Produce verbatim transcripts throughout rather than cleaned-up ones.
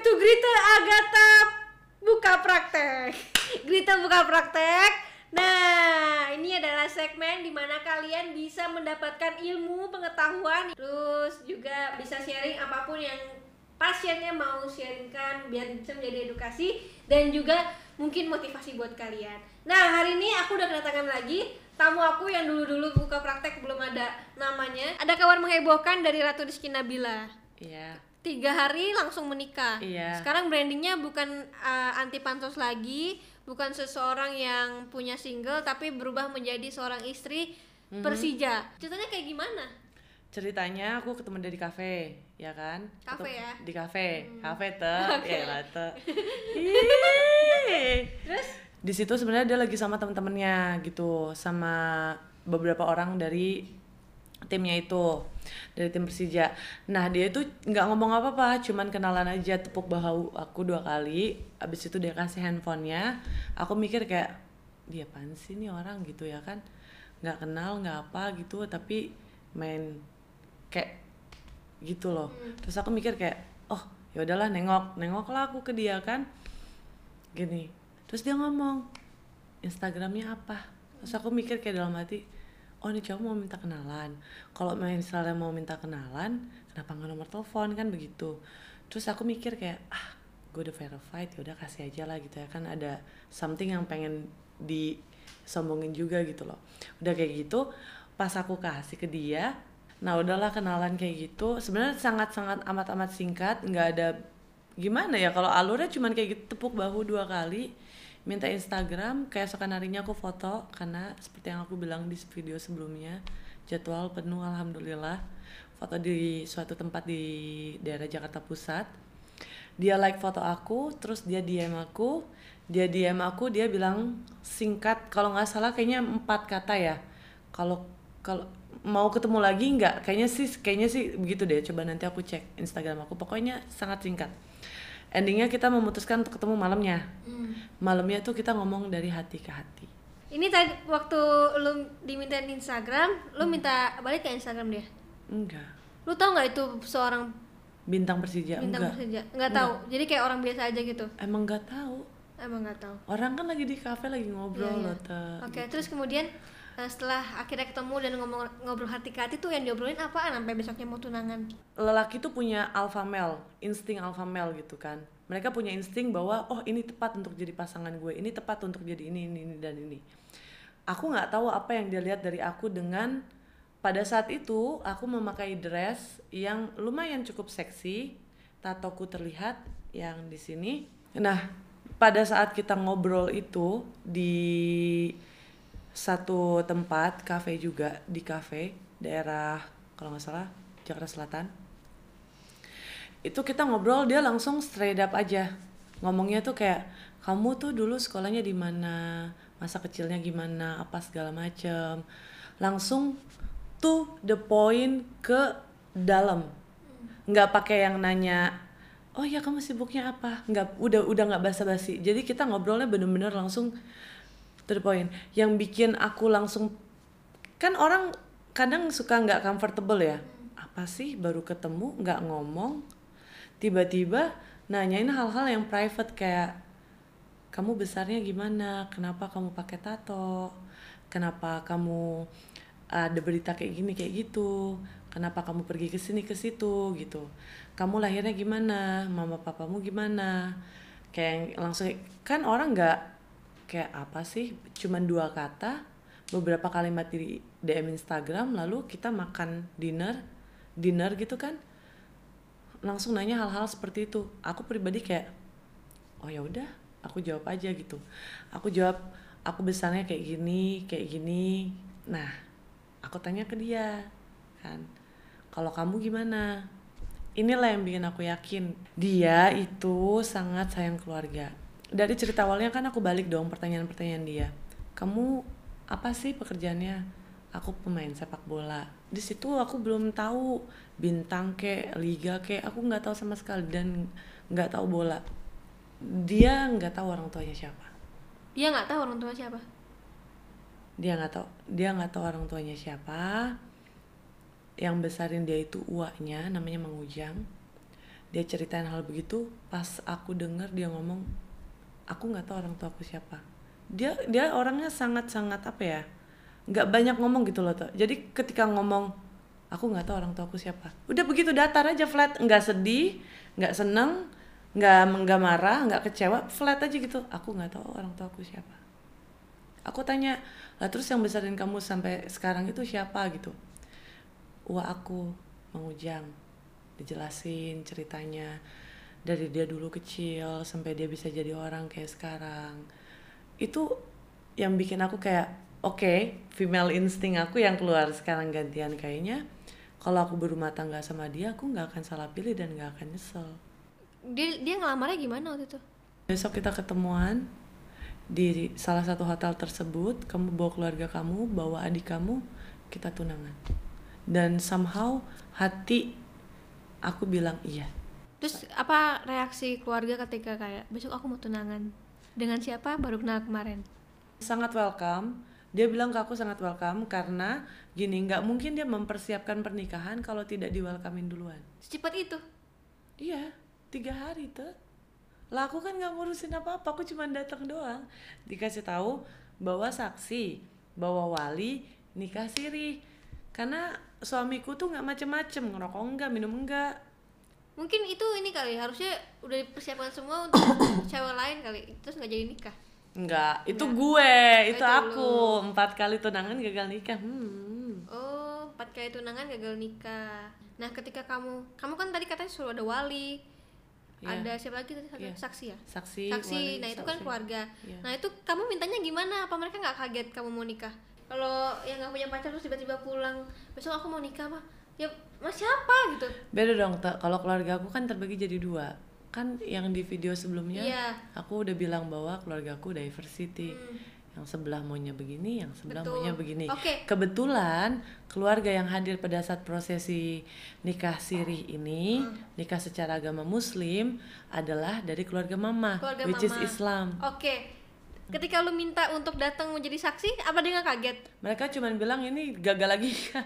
to Grita Agatha Buka Praktek. Grita Buka Praktek. Nah, ini adalah segmen dimana kalian bisa mendapatkan ilmu, pengetahuan, terus juga bisa sharing apapun yang pasiennya mau sharingkan biar bisa menjadi edukasi dan juga mungkin motivasi buat kalian. Nah, hari ini aku udah kedatangan lagi tamu aku yang dulu-dulu buka praktek belum ada namanya. Ada kabar menghebohkan dari Ratu Rizky Nabila. Iya. Tiga hari langsung menikah. Iya. Sekarang brandingnya bukan uh, anti pansos lagi, bukan seseorang yang punya single, tapi berubah menjadi seorang istri mm-hmm. Persija. Ceritanya kayak gimana? Ceritanya aku ketemu dia di kafe, ya kan? Kafe ya? Di kafe, hmm. kafe te, okay. ya lah te. Terus? Di situ sebenarnya dia lagi sama teman-temannya gitu, sama beberapa orang dari timnya itu, dari tim Persija. Nah dia itu nggak ngomong apa-apa, cuman kenalan aja, tepuk bahu aku dua kali. Abis itu dia kasih handphonenya. Aku mikir kayak dia apaan sih nih orang gitu ya kan? Nggak kenal, nggak apa gitu, tapi main kayak gitu loh. Hmm. Terus aku mikir kayak, oh ya udahlah nengok, nengoklah aku ke dia kan, gini. Terus dia ngomong, Instagramnya apa? Terus aku mikir kayak dalam hati, oh ini cowok mau minta kenalan. Kalau misalnya mau minta kenalan, kenapa nggak nomor telepon kan begitu. Terus aku mikir kayak, ah gue udah verified, ya udah kasih aja lah gitu ya kan, ada something yang pengen disombongin juga gitu loh. Udah kayak gitu, pas aku kasih ke dia, nah udahlah kenalan kayak gitu. Sebenarnya sangat-sangat amat-amat singkat, nggak ada gimana ya, kalau alurnya cuman kayak gitu, tepuk bahu dua kali, minta Instagram, keesokan harinya aku foto, karena seperti yang aku bilang di video sebelumnya, jadwal penuh alhamdulillah, foto di suatu tempat di daerah Jakarta Pusat. Dia like foto aku, terus dia D M aku, dia D M aku, dia bilang singkat, kalau nggak salah kayaknya empat kata ya, kalau kalau mau ketemu lagi nggak, kayaknya sih kayaknya sih begitu deh, coba nanti aku cek Instagram aku, pokoknya sangat singkat. Endingnya kita memutuskan untuk ketemu malamnya. hmm. Malamnya tuh kita ngomong dari hati ke hati. Ini tadi waktu lu dimintain Instagram, lu minta balik ke Instagram dia? Enggak. Lu tau nggak itu seorang bintang Persija? Bintang enggak. Persija? Nggak tahu. Jadi kayak orang biasa aja gitu? Emang nggak tahu. Emang nggak tahu. Orang kan lagi di kafe lagi ngobrol yeah, loh. yeah. Oke, okay, gitu. Terus kemudian setelah akhirnya ketemu dan ngomong ngobrol hati ke hati tuh yang diobrolin apaan sampai besoknya mau tunangan? Lelaki tuh punya alpha male, insting alpha male gitu kan. Mereka punya insting bahwa oh ini tepat untuk jadi pasangan gue, ini tepat untuk jadi ini, ini, ini dan ini. Aku nggak tahu apa yang dia lihat dari aku dengan pada saat itu aku memakai dress yang lumayan cukup seksi, tatoku terlihat yang di sini. Nah pada saat kita ngobrol itu di satu tempat kafe juga, di kafe daerah kalau nggak salah Jakarta Selatan, itu kita ngobrol, dia langsung straight up aja ngomongnya tuh kayak, kamu tuh dulu sekolahnya di mana, masa kecilnya gimana, apa segala macem, langsung to the point, ke dalam, nggak pakai yang nanya oh ya kamu sibuknya apa, nggak, udah udah nggak basa-basi. Jadi kita ngobrolnya bener-bener langsung to the point. Yang bikin aku langsung, kan orang kadang suka nggak comfortable ya, apa sih baru ketemu nggak ngomong, tiba-tiba nanyain hal-hal yang private kayak kamu besarnya gimana, kenapa kamu pakai tato, kenapa kamu ada berita kayak gini kayak gitu, kenapa kamu pergi ke sini ke situ gitu, kamu lahirnya gimana, mama papamu gimana, kayak langsung kan orang nggak kayak apa sih, cuman dua kata, beberapa kalimat di D M Instagram, lalu kita makan dinner, dinner gitu kan, langsung nanya hal-hal seperti itu. Aku pribadi kayak, oh ya udah, aku jawab aja gitu. Aku jawab, aku besarnya kayak gini, kayak gini. Nah, aku tanya ke dia, kan, kalau kamu gimana? Inilah yang bikin aku yakin dia itu sangat sayang keluarga. Dari cerita awalnya kan aku balik dong pertanyaan-pertanyaan dia. Kamu apa sih pekerjaannya? Aku pemain sepak bola. Di situ aku belum tahu bintang kek, liga kek, aku nggak tahu sama sekali dan nggak tahu bola. Dia nggak tahu orang tuanya siapa. Dia nggak tahu orang tua siapa. Dia nggak tahu, dia nggak tahu orang tuanya siapa. Yang besarin dia itu uaknya, namanya Mang Ujang. dia ceritain hal begitu, pas aku dengar dia ngomong, aku nggak tahu orang tua aku siapa. Dia dia orangnya sangat-sangat apa ya, nggak banyak ngomong gitu loh tuh. Jadi ketika ngomong aku nggak tahu orang tua aku siapa, udah begitu datar aja, flat, nggak sedih, nggak seneng, nggak nggak marah, nggak kecewa, flat aja gitu. Aku nggak tahu orang tua aku siapa. Aku tanya, lah terus yang besarin kamu sampai sekarang itu siapa gitu? Wah aku, Mang Ujang. Dijelasin ceritanya dari dia dulu kecil sampai dia bisa jadi orang kayak sekarang. Itu yang bikin aku kayak oke, okay, female instinct aku yang keluar sekarang gantian. Kayaknya kalau aku berumah tangga sama dia, aku nggak akan salah pilih dan nggak akan nyesel. Dia dia ngelamarnya gimana waktu itu? Besok kita ketemuan di salah satu hotel tersebut, kamu bawa keluarga kamu, bawa adik kamu, kita tunangan. Dan somehow hati aku bilang iya. Terus apa reaksi keluarga ketika kayak besok aku mau tunangan? Dengan siapa? Baru kenal kemarin. Sangat welcome. Dia bilang ke aku sangat welcome karena gini, nggak mungkin dia mempersiapkan pernikahan kalau tidak di welcomein duluan. Secepat itu? Iya, tiga hari tuh. Lah aku kan nggak ngurusin apa-apa, aku cuma datang doang. Dikasih tahu bawa saksi, bawa wali, nikah siri. Karena suamiku tuh nggak macem-macem, ngerokok enggak, minum enggak. Mungkin itu ini kali, harusnya udah dipersiapkan semua untuk cewek lain kali, terus nggak jadi nikah. Enggak, itu Enggak. gue, itu, itu aku. lu. Empat kali tunangan gagal nikah. Hmm. Oh, empat kali tunangan gagal nikah. Nah, ketika kamu, kamu kan tadi katanya suruh ada wali, Iya. ada siapa lagi tadi? Iya. Saksi ya? Saksi, Saksi. wali, Nah, itu kan saksi. keluarga. Iya. Nah, itu kamu mintanya gimana? Apa mereka nggak kaget kamu mau nikah? Kalau yang nggak punya pacar terus tiba-tiba pulang, besok aku mau nikah mah, ya mas siapa gitu? Beda dong, Ta. Kalau keluarga aku kan terbagi jadi dua. Kan yang di video sebelumnya, Iya. aku udah bilang bahwa keluarga aku diversity. Hmm. Yang sebelah maunya begini, yang sebelah Betul. maunya begini. Oke. Kebetulan keluarga yang hadir pada saat prosesi nikah sirih ini, Hmm. nikah secara agama Muslim adalah dari keluarga mama, Keluarga which mama. is Islam. Oke. Ketika lu minta untuk datang menjadi saksi, apa dia nggak kaget? Mereka cuma bilang ini gagal lagi kan.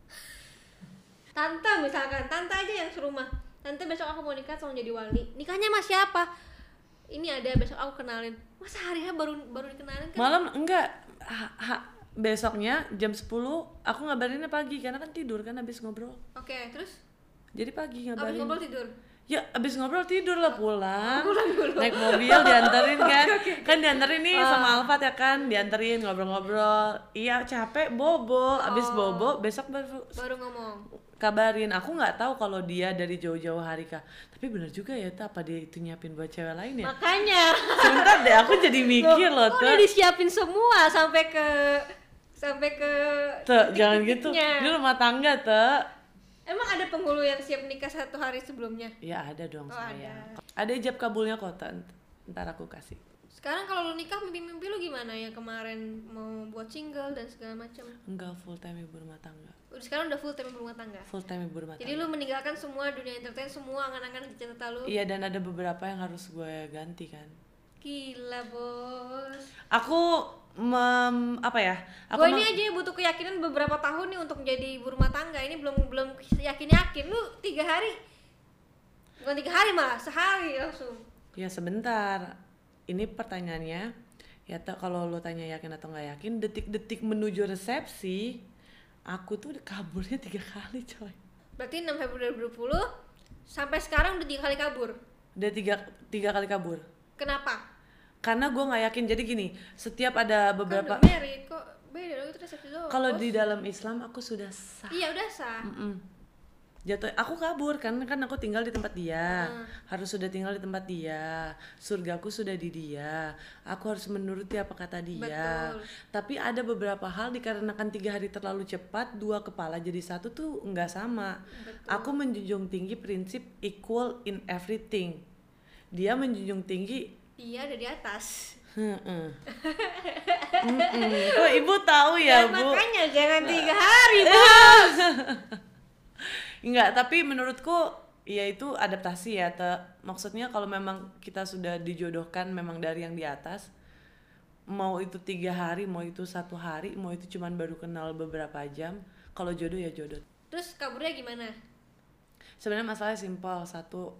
Tante misalkan, tante aja yang serumah. Tante besok aku mau nikah, tolong jadi wali. Nikahnya sama siapa? Ini ada, besok aku kenalin. Masa hari hari baru baru dikenalin kan? Malam enggak, ha, ha, besoknya jam sepuluh aku ngabarinnya pagi karena kan tidur kan habis ngobrol. Oke, terus Jadi pagi abis ngabarin. ngobrol tidur. Ya abis ngobrol tidur lah, pulang, Pulang dulu. naik mobil dianterin kan, kan dianterin nih sama Alfat ya kan, dianterin ngobrol-ngobrol, iya capek bobo, abis bobo besok baru Baru ngomong. kabarin. Aku nggak tahu kalau dia dari jauh-jauh hari kah, tapi bener juga ya tuh, apa dia itu nyiapin buat cewek lain ya? Makanya. Sebentar deh, aku jadi mikir loh Kok tuh. udah disiapin semua sampai ke sampai ke Tuh jangan gitu, titik-titiknya. ini rumah tangga tuh. Emang ada penghulu yang siap nikah satu hari sebelumnya? Ya ada dong Oh, sayang. Ada ijab kabulnya kok, ntar aku kasih. Sekarang kalau lu nikah, mimpi-mimpi lu gimana? Yang kemarin mau buat single dan segala macam. Enggak, full time ibu rumah tangga. Udah sekarang udah full time berumah tangga. Full time ibu rumah tangga. Jadi lu meninggalkan semua dunia entertain, semua angan-angan cita-cita lu. Iya, dan ada beberapa yang harus gue ganti kan. Gila, Bos. Aku mem, apa ya? Aku Gue ini mem- aja butuh keyakinan beberapa tahun nih untuk menjadi ibu rumah tangga. Ini belum belum yakin-yakin. Lu tiga hari, bukan tiga hari malah sehari langsung. Ya sebentar. Ini pertanyaannya. Ya tuh kalau lo tanya yakin atau nggak yakin, detik-detik menuju resepsi, aku tuh udah kaburnya tiga kali coy. Berarti enam Februari dua ribu dua puluh sampai sekarang udah tiga kali kabur. Udah tiga tiga kali kabur. Kenapa? Karena gue nggak yakin. Jadi gini, setiap ada Kan beberapa. udah married kok. Beda dong, itu resepsi doang. Kalau Bos. di dalam Islam aku sudah sah. Iya udah sah. Mm-mm. Jatuh, aku kabur karena kan aku tinggal di tempat dia, Hmm. harus sudah tinggal di tempat dia, surgaku sudah di dia, aku harus menuruti apa kata dia. Betul. Tapi ada beberapa hal dikarenakan tiga hari terlalu cepat, dua kepala jadi satu tuh nggak sama. Betul. Aku menjunjung tinggi prinsip equal in everything. Dia menjunjung tinggi. Iya ada di atas. Heeh. Mm-mm. Kok ibu tahu ya, Dan Bu? makanya jangan tiga hari, Bos. Enggak, tapi menurutku ya itu adaptasi ya. Te, maksudnya kalau memang kita sudah dijodohkan memang dari yang di atas, mau itu tiga hari, mau itu satu hari, mau itu cuman baru kenal beberapa jam, kalau jodoh ya jodoh. Terus kaburnya gimana? Sebenarnya masalahnya simpel. Satu,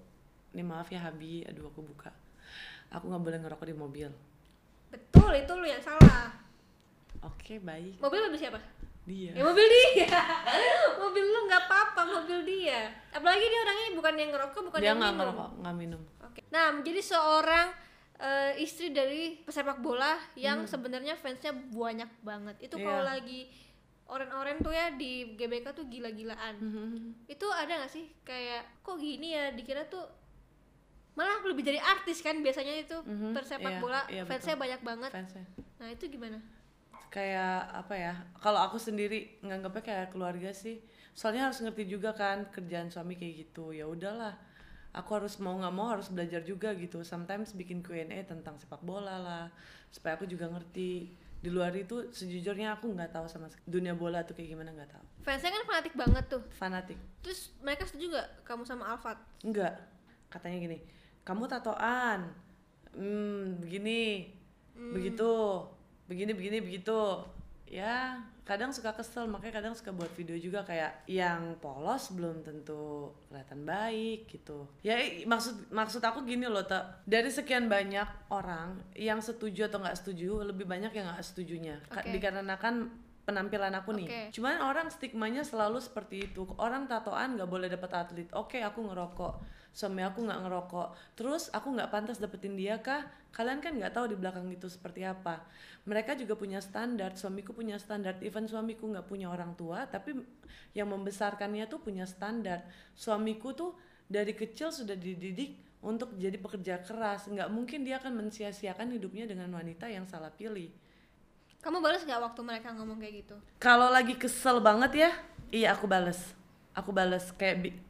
nih maaf ya Habi, aduh aku buka, aku nggak boleh ngerokok di mobil. Betul, itu lu yang salah. Oke, baik. Mobil mobil siapa? Dia. Ya mobil dia. Mobil lu nggak apa-apa, mobil dia. Apalagi dia orangnya bukan yang ngerokok, bukan Dia yang nggak minum. ngerokok, nggak minum. Oke. Nah, menjadi seorang uh, istri dari pesepak bola yang hmm. sebenarnya fansnya banyak banget. Itu yeah. Kalau lagi oren-oren tuh ya di G B K tuh gila-gilaan. Mm-hmm. Itu ada nggak sih kayak kok gini ya, dikira tuh malah lebih jadi artis kan biasanya itu mm-hmm. persepak yeah, bola yeah, fansnya betul. Banyak banget. Fansnya. Nah itu gimana? Kayak apa ya? Kalau aku sendiri nganggapnya kayak keluarga sih. Soalnya harus ngerti juga kan kerjaan suami kayak gitu. Ya udahlah. Aku harus mau nggak mau harus belajar juga gitu. Sometimes bikin Q and A tentang sepak bola lah, supaya aku juga ngerti. Di luar itu sejujurnya aku nggak tahu sama dunia bola tuh kayak gimana, nggak tahu. Fansnya kan fanatik banget tuh. Fanatik. Terus mereka setuju nggak kamu sama Alfat? Enggak. Katanya gini, kamu tatoan, hmm, begini, hmm. begitu, begini begini begitu. Ya kadang suka kesel, makanya kadang suka buat video juga kayak yang polos belum tentu kelihatan baik gitu. Ya maksud maksud aku gini loh, tak dari sekian banyak orang yang setuju atau nggak setuju, lebih banyak yang nggak setujunya. Okay. Dikarenakan penampilan aku nih. Okay. Cuman orang stigmanya selalu seperti itu. Orang tatoan nggak boleh dapet atlet. Oke, okay, aku ngerokok. Suami aku nggak ngerokok. Terus aku nggak pantas dapetin dia kah? Kalian kan nggak tahu di belakang itu seperti apa. Mereka juga punya standar. Suamiku punya standar. Even suamiku nggak punya orang tua, tapi yang membesarkannya tuh punya standar. Suamiku tuh dari kecil sudah dididik untuk jadi pekerja keras. Nggak mungkin dia akan mensia-siakan hidupnya dengan wanita yang salah pilih. Kamu balas nggak waktu mereka ngomong kayak gitu? Kalau lagi kesel banget ya, iya aku balas. Aku balas kayak bi-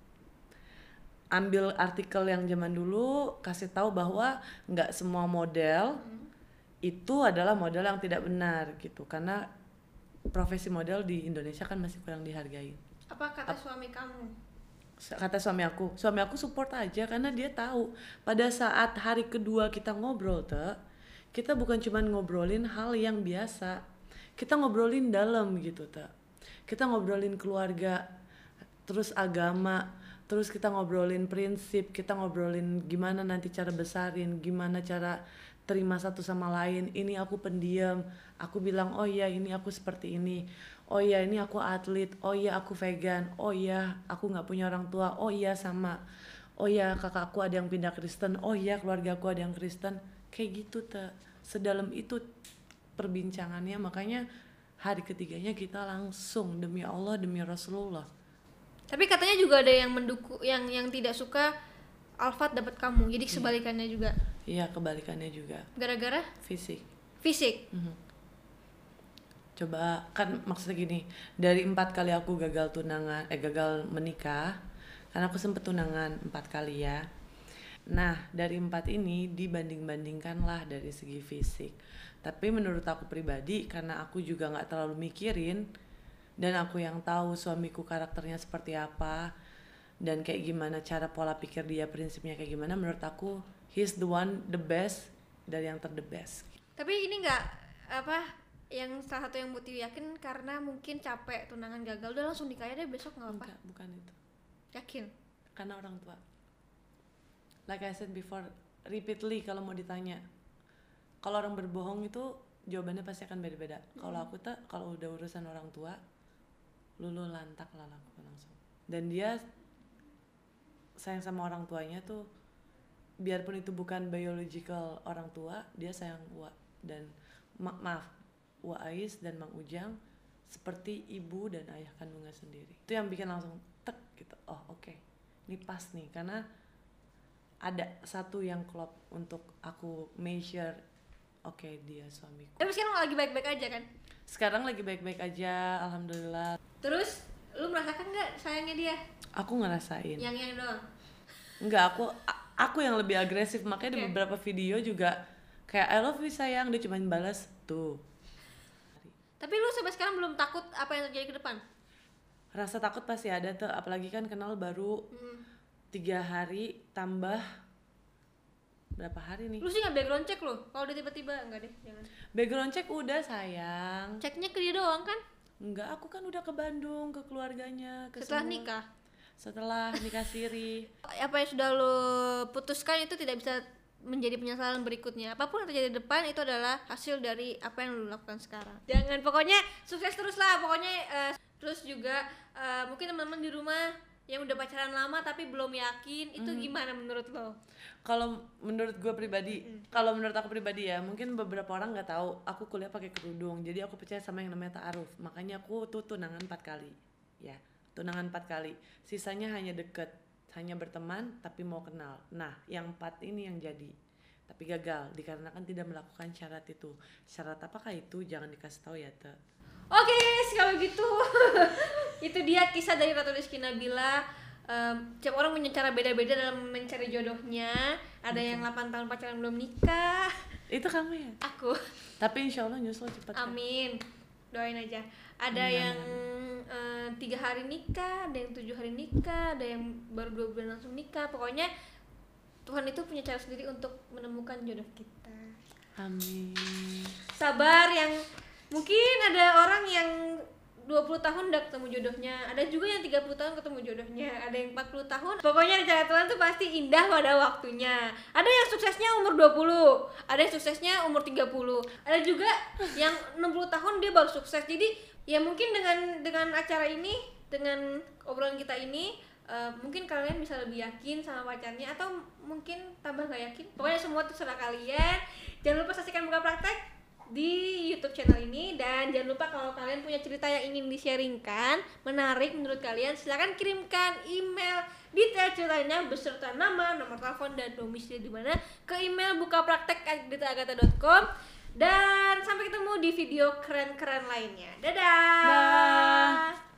ambil artikel yang zaman dulu, kasih tahu bahwa nggak semua model hmm. itu adalah model yang tidak benar gitu, karena profesi model di Indonesia kan masih kurang dihargai. Apa kata Ap- suami kamu? Kata suami aku, suami aku support aja karena dia tahu pada saat hari kedua kita ngobrol tuh, kita bukan cuma ngobrolin hal yang biasa, kita ngobrolin dalam gitu tuh, kita ngobrolin keluarga, terus agama. Terus kita ngobrolin prinsip, kita ngobrolin gimana nanti cara besarin, gimana cara terima satu sama lain. Ini aku pendiam, aku bilang oh iya ini aku seperti ini, oh iya ini aku atlet, oh iya aku vegan, oh iya aku nggak punya orang tua, oh iya sama, oh iya kakakku ada yang pindah Kristen, oh iya keluarga aku ada yang Kristen, kayak gitu tuh. Sedalam itu perbincangannya, makanya hari ketiganya kita langsung demi Allah demi Rasulullah. Tapi katanya juga ada yang mendukung, yang yang tidak suka Alfat dapat kamu, jadi kebalikannya juga. Iya, kebalikannya juga. Gara-gara? Fisik. Fisik. Mm-hmm. Coba kan maksudnya gini, dari empat kali aku gagal tunangan, eh gagal menikah, karena aku sempet tunangan empat kali ya. Nah dari empat ini dibanding-bandingkan lah dari segi fisik. Tapi menurut aku pribadi, karena aku juga nggak terlalu mikirin. Dan aku yang tahu suamiku karakternya seperti apa dan kayak gimana cara pola pikir dia, prinsipnya kayak gimana, menurut aku he's the one, the best dari yang ter the best. Tapi ini nggak apa yang salah satu yang Muti yakin karena mungkin capek tunangan gagal udah langsung nikah deh besok nggak apa? Enggak, bukan itu. Yakin? Karena orang tua. Like I said before, repeatedly kalau mau ditanya, kalau orang berbohong itu jawabannya pasti akan beda-beda. Hmm. Kalau aku tak, kalau udah urusan orang tua, lulu lantak lah aku langsung. Dan dia sayang sama orang tuanya tuh, biarpun itu bukan biological orang tua, dia sayang Wa dan ma- maaf Wa Ais dan Mang Ujang seperti ibu dan ayah kandungnya sendiri. Itu yang bikin langsung tek gitu. Oh oke, okay. Ini pas nih karena ada satu yang klop untuk aku measure. Oke okay, dia suamiku. Tapi sekarang lagi baik-baik aja kan? Sekarang lagi baik-baik aja, alhamdulillah. Terus lu merasakan nggak sayangnya dia? Aku ngerasain. Yang yang doang? Enggak, aku aku yang lebih agresif, makanya okay. Di beberapa video juga kayak I love you sayang, dia cuma balas tuh. Tapi lu sampai sekarang belum takut apa yang terjadi ke depan? Rasa takut pasti ada tuh, apalagi kan kenal baru hmm. tiga hari tambah berapa hari nih? Lu sih nggak background check lo? Kalau udah tiba-tiba enggak deh, jangan. Background check udah sayang. Ceknya ke dia doang kan? Enggak, aku kan udah ke Bandung, ke keluarganya, ke setelah semua. Nikah? setelah nikah siri. Apa yang sudah lo putuskan itu tidak bisa menjadi penyesalan berikutnya. Apapun yang terjadi di depan itu adalah hasil dari apa yang lo lakukan sekarang. Jangan, pokoknya sukses terus lah. Pokoknya uh, terus juga uh, mungkin teman-teman di rumah yang udah pacaran lama tapi belum yakin, itu mm-hmm. gimana menurut lo? Kalau menurut gue pribadi, mm. kalau menurut aku pribadi ya, mungkin beberapa orang nggak tahu aku kuliah pakai kerudung, jadi aku percaya sama yang namanya ta'aruf. Makanya aku tuh tunangan empat kali, ya tunangan empat kali. Sisanya hanya deket, hanya berteman tapi mau kenal. Nah, yang empat ini yang jadi, tapi gagal dikarenakan tidak melakukan syarat itu. Syarat apakah itu? Jangan dikasih tahu ya, Te. Oke guys, kalau gitu itu dia kisah dari Ratu Rizky Nabila. Um, setiap orang punya cara beda-beda dalam mencari jodohnya. Ada Betul. Yang delapan tahun pacaran belum nikah. Itu kamu ya? Aku. Tapi insya Allah nyusul cepat. Amin. Doain aja. Ada Amin. Yang uh, tiga hari nikah, ada yang tujuh hari nikah, ada yang baru dua bulan langsung nikah. Pokoknya Tuhan itu punya cara sendiri untuk menemukan jodoh kita. Amin. Sabar, yang mungkin ada orang yang dua puluh tahun udah ketemu jodohnya, ada juga yang tiga puluh tahun ketemu jodohnya, ada yang empat puluh tahun. Pokoknya rencana Tuhan tuh pasti indah pada waktunya. Ada yang suksesnya umur dua puluh, ada yang suksesnya umur tiga puluh, ada juga yang enam puluh tahun dia baru sukses. Jadi ya mungkin dengan dengan acara ini, dengan obrolan kita ini, uh, mungkin kalian bisa lebih yakin sama pacarnya, atau mungkin tambah gak yakin. Pokoknya semua terserah kalian. Jangan lupa saksikan Buka Praktek di YouTube channel ini, dan jangan lupa kalau kalian punya cerita yang ingin di-sharingkan, menarik menurut kalian, silakan kirimkan email detail ceritanya beserta nama, nomor telepon, dan domisili di mana ke email bukapraktek at grita agatha dot com. Dan sampai ketemu di video keren-keren lainnya. Dadah. Dah.